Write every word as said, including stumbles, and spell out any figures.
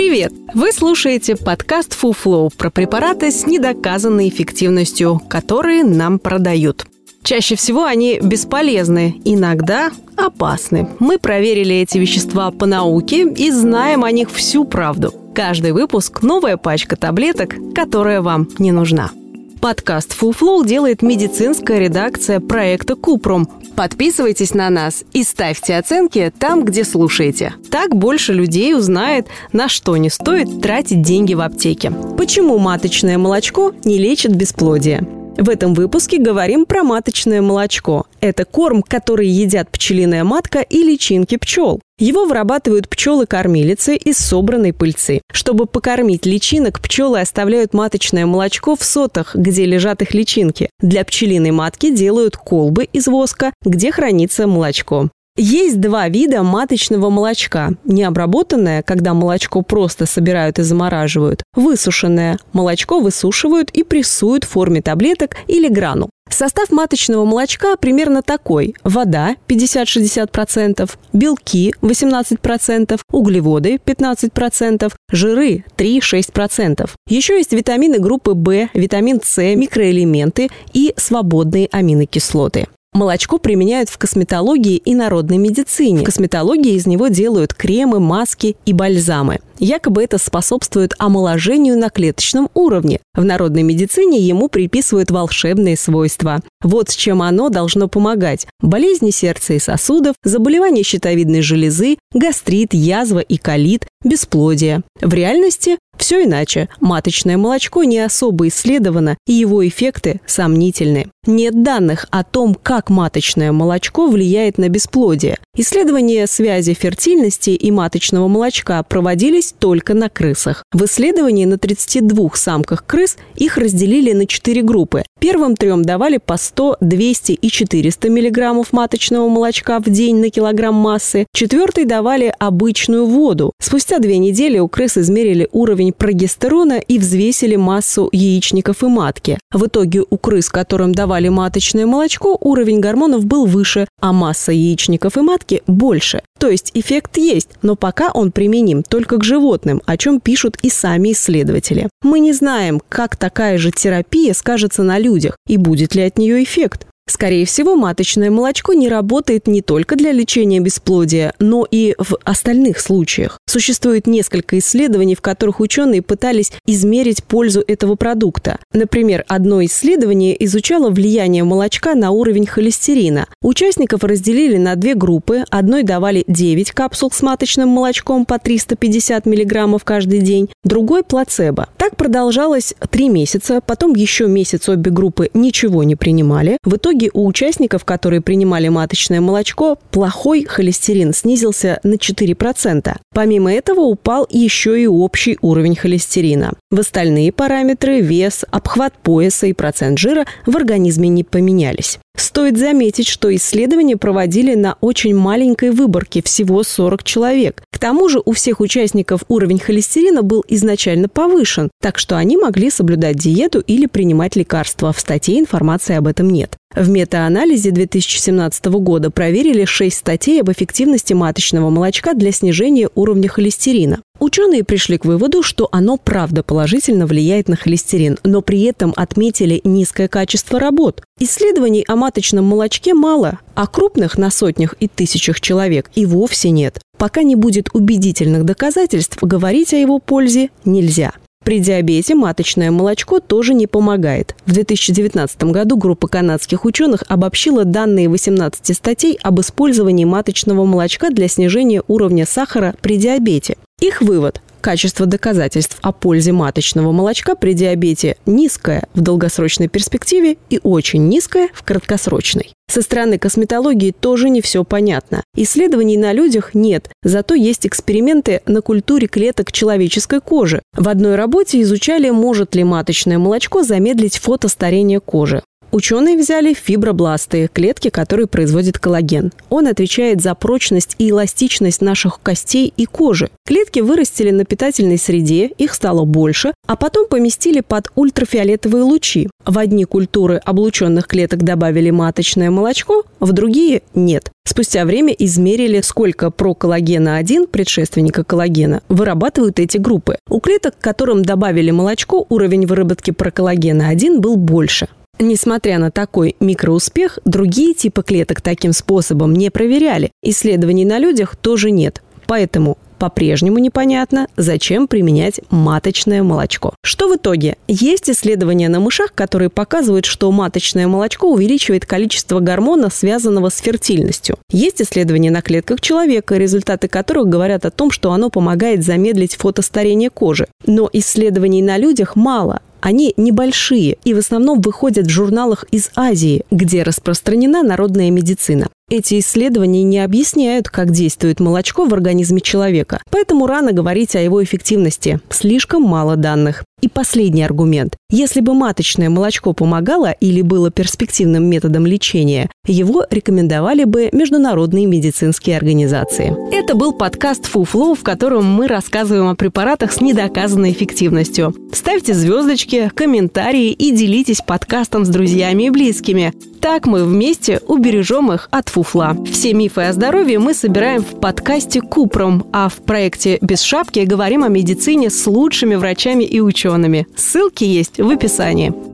Привет! Вы слушаете подкаст Фуфлоу про препараты с недоказанной эффективностью, которые нам продают. Чаще всего они бесполезны, иногда опасны. Мы проверили эти вещества по науке и знаем о них всю правду. Каждый выпуск – новая пачка таблеток, которая вам не нужна. Подкаст Фуфлоу делает медицинская редакция проекта Купрум. Подписывайтесь на нас и ставьте оценки там, где слушаете. Так больше людей узнает, на что не стоит тратить деньги в аптеке. Почему маточное молочко не лечит бесплодие? В этом выпуске говорим про маточное молочко. Это корм, который едят пчелиная матка и личинки пчел. Его вырабатывают пчелы-кормилицы из собранной пыльцы. Чтобы покормить личинок, пчелы оставляют маточное молочко в сотах, где лежат их личинки. Для пчелиной матки делают колбы из воска, где хранится молочко. Есть два вида маточного молочка. Необработанное, когда молочко просто собирают и замораживают. Высушенное. Молочко высушивают и прессуют в форме таблеток или гранул. Состав маточного молочка примерно такой. Вода пятьдесят-шестьдесят процентов, белки восемнадцать процентов, углеводы пятнадцать процентов, жиры три-шесть процентов. Еще есть витамины группы В, витамин С, микроэлементы и свободные аминокислоты. Молочко применяют в косметологии и народной медицине. В косметологии из него делают кремы, маски и бальзамы. Якобы это способствует омоложению на клеточном уровне. В народной медицине ему приписывают волшебные свойства. Вот с чем оно должно помогать. Болезни сердца и сосудов, заболевания щитовидной железы, гастрит, язва и колит, бесплодие. В реальности все иначе. Маточное молочко не особо исследовано, и его эффекты сомнительны. Нет данных о том, как маточное молочко влияет на бесплодие. Исследования связи фертильности и маточного молочка проводились только на крысах. В исследовании на тридцати двух самках крыс их разделили на четыре группы. Первым трем давали по сто, двести и четыреста миллиграммов маточного молочка в день на килограмм массы. Четвертой давали обычную воду. Спустя две недели у крыс измерили уровень прогестерона и взвесили массу яичников и матки. В итоге у крыс, которым давали маточное молочко, уровень гормонов был выше, а масса яичников и матки больше. То есть эффект есть, но пока он применим только к животным, о чем пишут и сами исследователи. Мы не знаем, как такая же терапия скажется на людях и будет ли от нее эффект. Скорее всего, маточное молочко не работает не только для лечения бесплодия, но и в остальных случаях. Существует несколько исследований, в которых ученые пытались измерить пользу этого продукта. Например, одно исследование изучало влияние молочка на уровень холестерина. Участников разделили на две группы. Одной давали девять капсул с маточным молочком по триста пятьдесят миллиграммов каждый день, другой – плацебо. Так продолжалось три месяца, потом еще месяц обе группы ничего не принимали. В итоге у участников, которые принимали маточное молочко, плохой холестерин снизился на четыре процента. Помимо этого упал еще и общий уровень холестерина. В остальные параметры – вес, обхват пояса и процент жира – в организме не поменялись. Стоит заметить, что исследования проводили на очень маленькой выборке, всего сорок человек. К тому же у всех участников уровень холестерина был изначально повышен, так что они могли соблюдать диету или принимать лекарства. В статье информации об этом нет. В метаанализе две тысячи семнадцатого года проверили шесть статей об эффективности маточного молочка для снижения уровня холестерина. Ученые пришли к выводу, что оно правда положительно влияет на холестерин, но при этом отметили низкое качество работ. Исследований о маточном молочке мало, а крупных на сотнях и тысячах человек и вовсе нет. Пока не будет убедительных доказательств, говорить о его пользе нельзя. При диабете маточное молочко тоже не помогает. В две тысячи девятнадцатом году группа канадских ученых обобщила данные восемнадцати статей об использовании маточного молочка для снижения уровня сахара при диабете. Их вывод – качество доказательств о пользе маточного молочка при диабете низкое в долгосрочной перспективе и очень низкое в краткосрочной. Со стороны косметологии тоже не все понятно. Исследований на людях нет, зато есть эксперименты на культуре клеток человеческой кожи. В одной работе изучали, может ли маточное молочко замедлить фотостарение кожи. Ученые взяли фибробласты, клетки, которые производят коллаген. Он отвечает за прочность и эластичность наших костей и кожи. Клетки вырастили на питательной среде, их стало больше, а потом поместили под ультрафиолетовые лучи. В одни культуры облученных клеток добавили маточное молочко, в другие – нет. Спустя время измерили, сколько проколлагена один, предшественника коллагена, вырабатывают эти группы. У клеток, которым добавили молочко, уровень выработки проколлагена один был больше. Несмотря на такой микроуспех, другие типы клеток таким способом не проверяли. Исследований на людях тоже нет. Поэтому по-прежнему непонятно, зачем применять маточное молочко. Что в итоге? Есть исследования на мышах, которые показывают, что маточное молочко увеличивает количество гормона, связанного с фертильностью. Есть исследования на клетках человека, результаты которых говорят о том, что оно помогает замедлить фотостарение кожи. Но исследований на людях мало. Они небольшие и в основном выходят в журналах из Азии, где распространена народная медицина. Эти исследования не объясняют, как действует молочко в организме человека, поэтому рано говорить о его эффективности. Слишком мало данных. И последний аргумент. Если бы маточное молочко помогало или было перспективным методом лечения, его рекомендовали бы международные медицинские организации. Это был подкаст «Фуфло», в котором мы рассказываем о препаратах с недоказанной эффективностью. Ставьте звездочки, комментарии и делитесь подкастом с друзьями и близкими. Так мы вместе убережем их от фуфла. Все мифы о здоровье мы собираем в подкасте «Купром», а в проекте «Без шапки» говорим о медицине с лучшими врачами и учеными. Ссылки есть в описании.